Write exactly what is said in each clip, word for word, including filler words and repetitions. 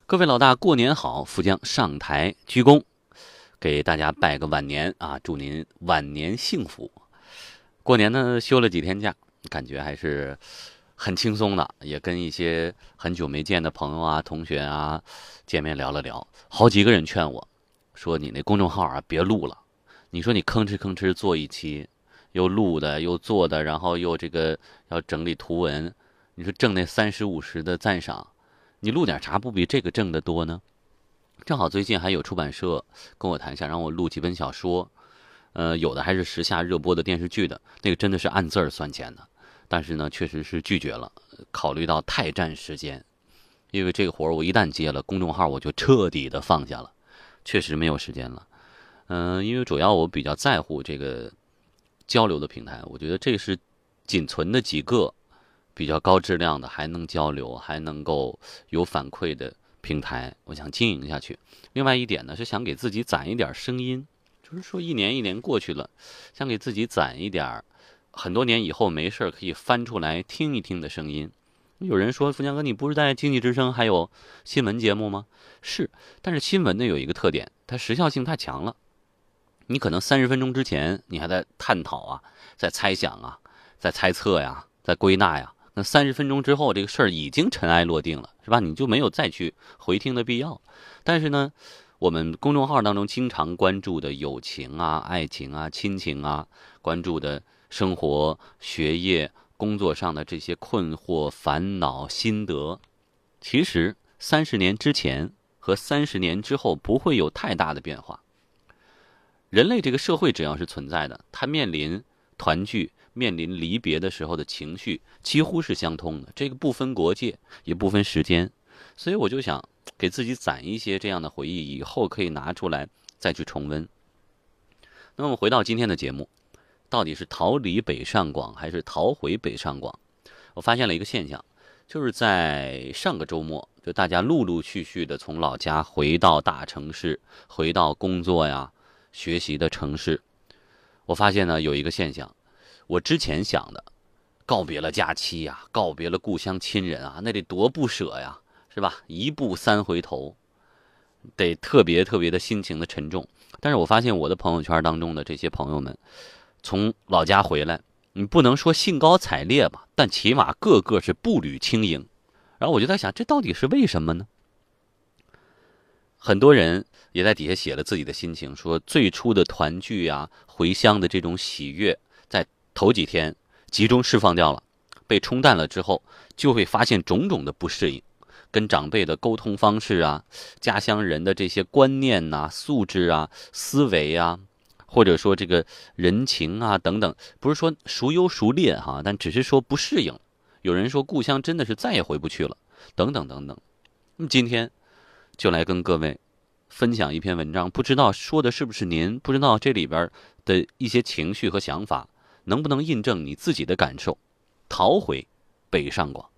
各位老大，过年好！富江上台鞠躬，给大家拜个晚年啊，祝您晚年幸福。过年呢，休了几天假，感觉还是很轻松的，也跟一些很久没见的朋友啊、同学啊见面聊了聊。好几个人劝我说：“你那公众号啊，别录了。你说你吭哧吭哧做一期，又录的又做的，然后又这个要整理图文，你说挣那三十五十的赞赏。”你录点啥不比这个挣得多呢？正好最近还有出版社跟我谈，想让我录几本小说，呃，有的还是时下热播的电视剧的，那个真的是按字儿算钱的，但是呢，确实是拒绝了，考虑到太占时间，因为这个活儿我一旦接了，公众号我就彻底的放下了，确实没有时间了。嗯、呃，因为主要我比较在乎这个交流的平台，我觉得这是仅存的几个比较高质量的，还能交流，还能够有反馈的平台，我想经营下去。另外一点呢，是想给自己攒一点声音，就是说一年一年过去了，想给自己攒一点很多年以后没事可以翻出来听一听的声音。有人说，富江哥，你不是在经济之声还有新闻节目吗？是，但是新闻呢有一个特点，它时效性太强了。你可能三十分钟之前你还在探讨啊，在猜想啊，在猜测呀，在归纳呀，那三十分钟之后，这个事儿已经尘埃落定了，是吧？你就没有再去回听的必要。但是呢，我们公众号当中经常关注的友情啊、爱情啊、亲情啊，关注的生活、学业、工作上的这些困惑、烦恼、心得，其实三十年之前和三十年之后不会有太大的变化。人类这个社会只要是存在的，它面临团聚、面临离别的时候的情绪几乎是相通的，这个不分国界，也不分时间。所以我就想给自己攒一些这样的回忆，以后可以拿出来再去重温。那么回到今天的节目，到底是逃离北上广还是逃回北上广？我发现了一个现象，就是在上个周末，就大家陆陆续续的从老家回到大城市，回到工作呀、学习的城市。我发现呢有一个现象，我之前想的，告别了假期呀，告别了故乡亲人啊，那得多不舍呀，是吧？一步三回头，得特别特别的心情的沉重。但是我发现我的朋友圈当中的这些朋友们，从老家回来，你不能说兴高采烈吧，但起码个个是步履轻盈。然后我就在想，这到底是为什么呢？很多人也在底下写了自己的心情，说最初的团聚啊、回乡的这种喜悦，在头几天集中释放掉了，被冲淡了之后，就会发现种种的不适应，跟长辈的沟通方式啊，家乡人的这些观念呐、啊、素质啊、思维啊，或者说这个人情啊等等，不是说孰优孰劣哈，但只是说不适应。有人说故乡真的是再也回不去了，等等等等。那么今天就来跟各位分享一篇文章，不知道说的是不是您，不知道这里边的一些情绪和想法能不能印证你自己的感受。逃回北上广。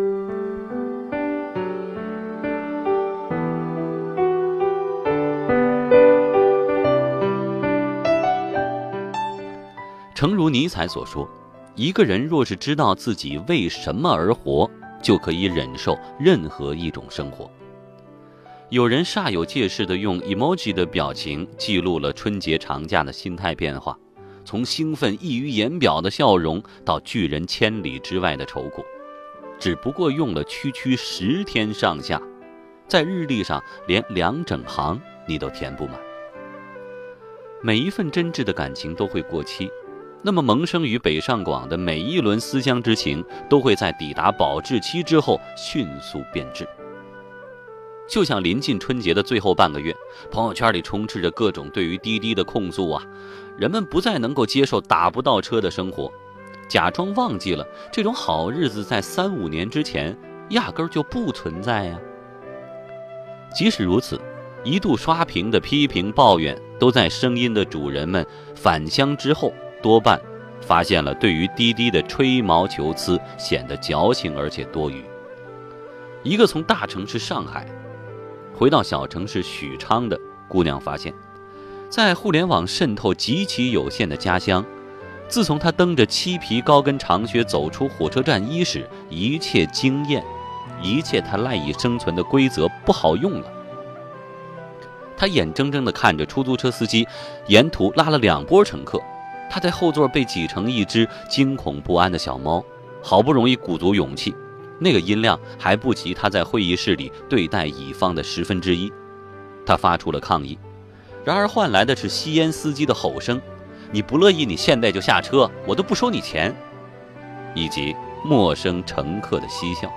诚如尼采所说，一个人若是知道自己为什么而活，就可以忍受任何一种生活。有人煞有介事地用 emoji 的表情记录了春节长假的心态变化，从兴奋溢于言表的笑容到拒人千里之外的愁苦，只不过用了区区十天上下，在日历上连两整行你都填不满。每一份真挚的感情都会过期，那么萌生于北上广的每一轮思乡之情都会在抵达保质期之后迅速变质。就像临近春节的最后半个月，朋友圈里充斥着各种对于滴滴的控诉啊，人们不再能够接受打不到车的生活，假装忘记了这种好日子在三五年之前压根儿就不存在呀。即使如此，一度刷屏的批评抱怨都在声音的主人们返乡之后多半发现了对于滴滴的吹毛求疵显得矫情而且多余。一个从大城市上海回到小城市许昌的姑娘发现，在互联网渗透极其有限的家乡，自从她蹬着漆皮高跟长靴走出火车站伊始，一切惊艳一切他赖以生存的规则不好用了。他眼睁睁地看着出租车司机沿途拉了两波乘客，他在后座被挤成一只惊恐不安的小猫，好不容易鼓足勇气，那个音量还不及他在会议室里对待乙方的十分之一。他发出了抗议，然而换来的是吸烟司机的吼声：你不乐意你现在就下车，我都不收你钱，以及陌生乘客的嬉笑。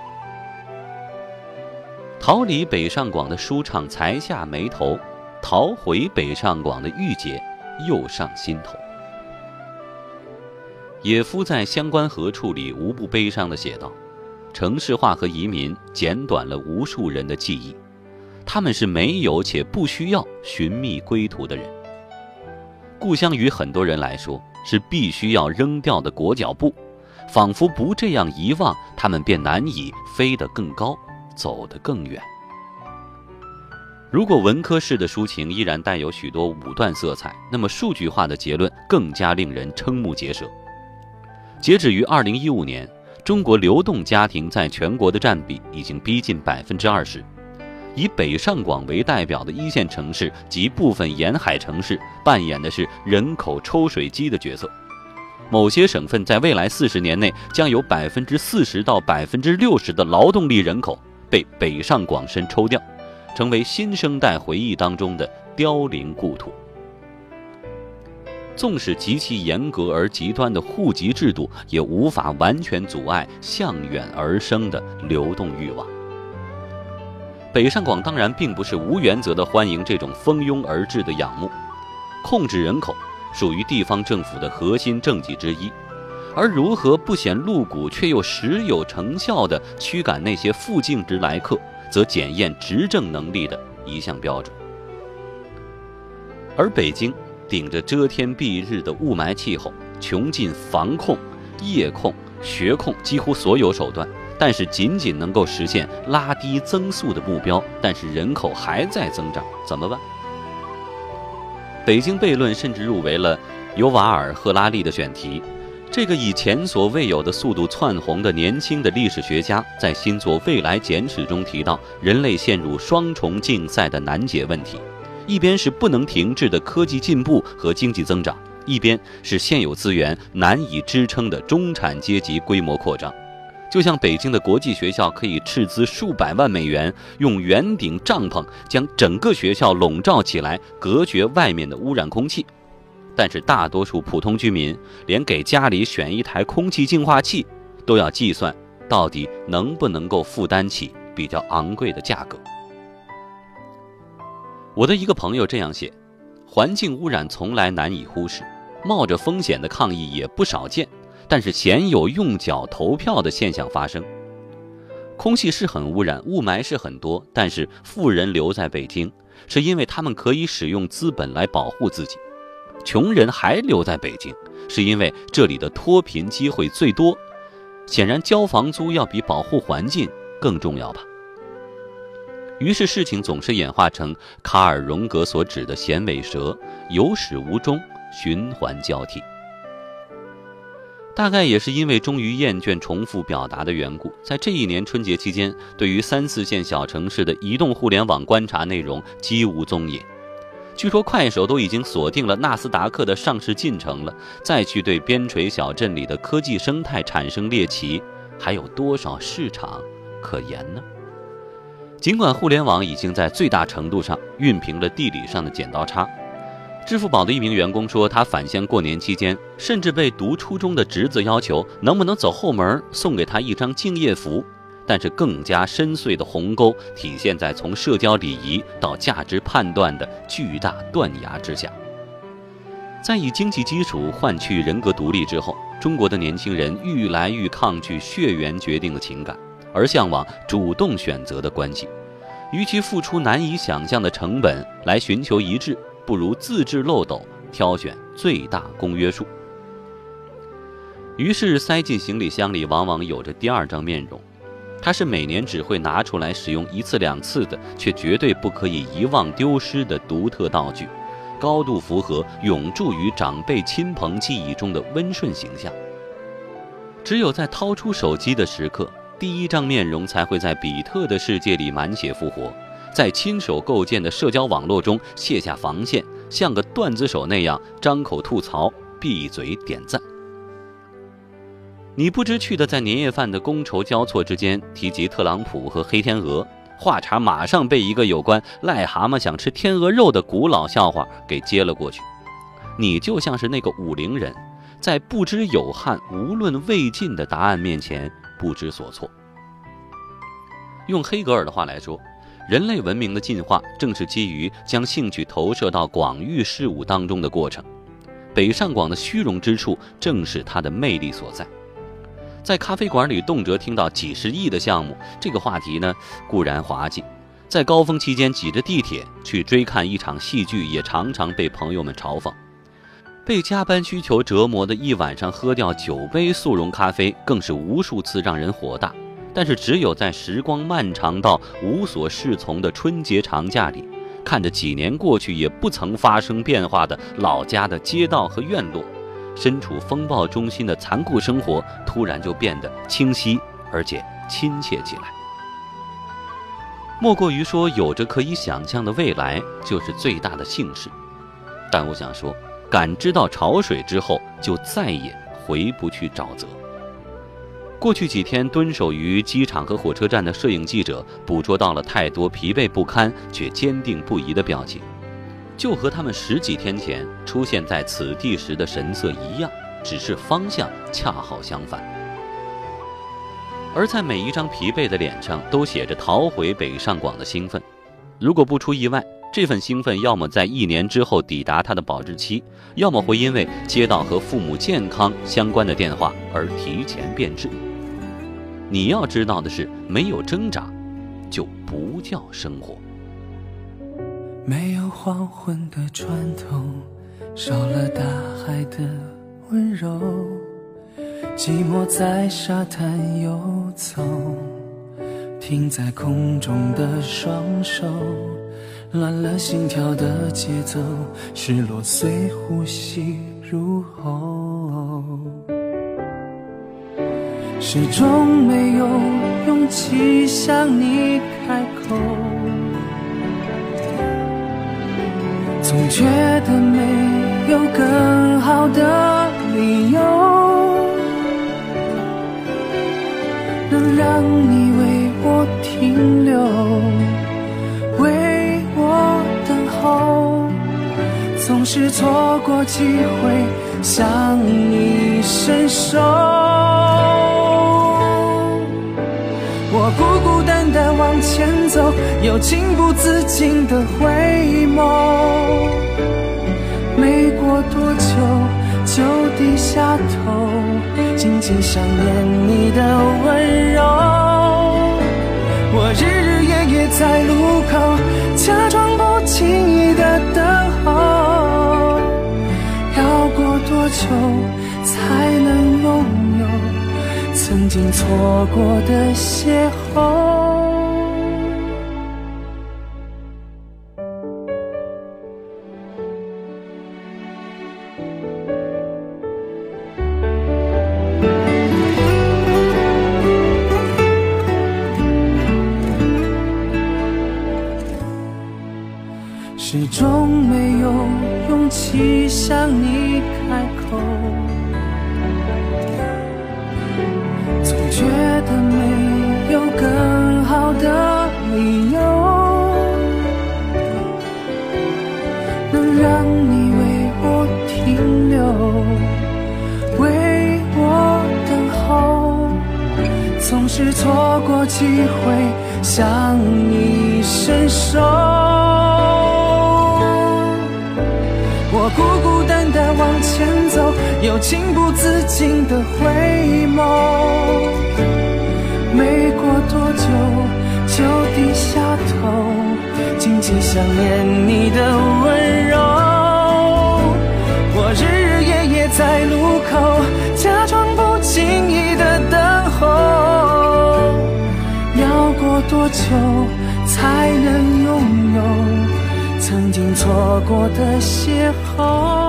逃离北上广的舒畅才下眉头，逃回北上广的郁结又上心头。野夫在《相关何处》里无不悲伤地写道，城市化和移民剪短了无数人的记忆，他们是没有且不需要寻觅归途的人。故乡于很多人来说是必须要扔掉的裹脚布，仿佛不这样遗忘，他们便难以飞得更高，走得更远。如果文科式的抒情依然带有许多武断色彩，那么数据化的结论更加令人瞠目结舌。截止于二零一五年，中国流动家庭在全国的占比已经逼近百分之二十。以北上广为代表的一线城市及部分沿海城市扮演的是人口抽水机的角色。某些省份在未来四十年内将有百分之四十到百分之六十的劳动力人口被北上广深抽调，成为新生代回忆当中的凋零故土。纵使极其严格而极端的户籍制度，也无法完全阻碍向远而生的流动欲望。北上广当然并不是无原则地欢迎这种蜂拥而至的仰慕，控制人口属于地方政府的核心政绩之一，而如何不显露骨却又时有成效地驱赶那些附近之来客，则检验执政能力的一项标准。而北京顶着遮天蔽日的雾霾气候，穷尽防控、业控、学控几乎所有手段，但是仅仅能够实现拉低增速的目标，但是人口还在增长，怎么办？北京悖论甚至入围了尤瓦尔·赫拉利的选题。这个以前所未有的速度窜红的年轻的历史学家，在新作《未来简史》中提到，人类陷入双重竞赛的难解问题，一边是不能停滞的科技进步和经济增长，一边是现有资源难以支撑的中产阶级规模扩张。就像北京的国际学校可以斥资数百万美元，用圆顶帐篷将整个学校笼罩起来，隔绝外面的污染空气。但是大多数普通居民连给家里选一台空气净化器都要计算到底能不能够负担起比较昂贵的价格。我的一个朋友这样写，环境污染从来难以忽视，冒着风险的抗议也不少见，但是鲜有用脚投票的现象发生。空气是很污染，雾霾是很多，但是富人留在北京，是因为他们可以使用资本来保护自己。穷人还留在北京，是因为这里的脱贫机会最多。显然交房租要比保护环境更重要吧。于是事情总是演化成卡尔荣格所指的衔尾蛇，有始无终，循环交替。大概也是因为终于厌倦重复表达的缘故，在这一年春节期间，对于三四线小城市的移动互联网观察内容几无踪影。据说快手都已经锁定了纳斯达克的上市进程了，再去对边陲小镇里的科技生态产生猎奇，还有多少市场可言呢？尽管互联网已经在最大程度上熨平了地理上的剪刀差，支付宝的一名员工说，他返乡过年期间，甚至被读初中的侄子要求能不能走后门送给他一张敬业福。但是更加深邃的鸿沟体现在从社交礼仪到价值判断的巨大断崖之下。在以经济基础换取人格独立之后，中国的年轻人愈来愈抗拒血缘决定的情感，而向往主动选择的关系。与其付出难以想象的成本来寻求一致，不如自制漏斗，挑选最大公约数。于是塞进行李箱里往往有着第二张面容，它是每年只会拿出来使用一次两次的，却绝对不可以遗忘丢失的独特道具，高度符合永驻于长辈亲朋记忆中的温顺形象。只有在掏出手机的时刻， 第一张面容才会在比特的世界里满血复活，在亲手构建的社交网络中卸下防线，像个段子手那样张口吐槽，闭嘴点赞。你不知趣的在年夜饭的觥筹交错之间提及特朗普和黑天鹅，话茬马上被一个有关癞蛤蟆想吃天鹅肉的古老笑话给接了过去。你就像是那个武陵人，在不知有汉无论魏晋的答案面前不知所措。用黑格尔的话来说，人类文明的进化正是基于将兴趣投射到广域事物当中的过程。北上广的虚荣之处正是它的魅力所在。在咖啡馆里动辄听到几十亿的项目，这个话题呢固然滑稽，在高峰期间挤着地铁去追看一场戏剧，也常常被朋友们嘲讽。被加班需求折磨的一晚上喝掉九杯速溶咖啡，更是无数次让人火大。但是只有在时光漫长到无所适从的春节长假里，看着几年过去也不曾发生变化的老家的街道和院落，身处风暴中心的残酷生活突然就变得清晰而且亲切起来。莫过于说，有着可以想象的未来就是最大的幸事。但我想说，感知到潮水之后，就再也回不去沼泽。过去几天蹲守于机场和火车站的摄影记者捕捉到了太多疲惫不堪却坚定不移的表情，就和他们十几天前出现在此地时的神色一样，只是方向恰好相反。而在每一张疲惫的脸上都写着逃回北上广的兴奋。如果不出意外，这份兴奋要么在一年之后抵达它的保质期，要么会因为接到和父母健康相关的电话而提前变质。你要知道的是，没有挣扎就不叫生活。 没有黄昏的船头，少了大海的温柔，寂寞在沙滩游走，停在空中的双手，乱了心跳的节奏，失落随呼吸入喉，始终没有勇气向你开口，总觉得没有更好的理由能让你为我停留，为我等候，总是错过机会向你伸手。我孤孤单单往前走，有情不自禁的回眸，没过多久就低下头，紧紧想念你的温柔。我日日夜夜在路口，假装不经意的等候，要过多久才能拥有曾经错过的邂逅？始终没有勇气向你开口，总觉得没有更好的理由能让你为我停留，为我等候，总是错过机会向你伸手。我孤孤单单往前走，有情不自禁的回眸，没过多久就低下头，紧紧想念你的温柔。我日日夜夜在路口，假装不经意的等候，要过多久才能拥有曾经错过的邂逅？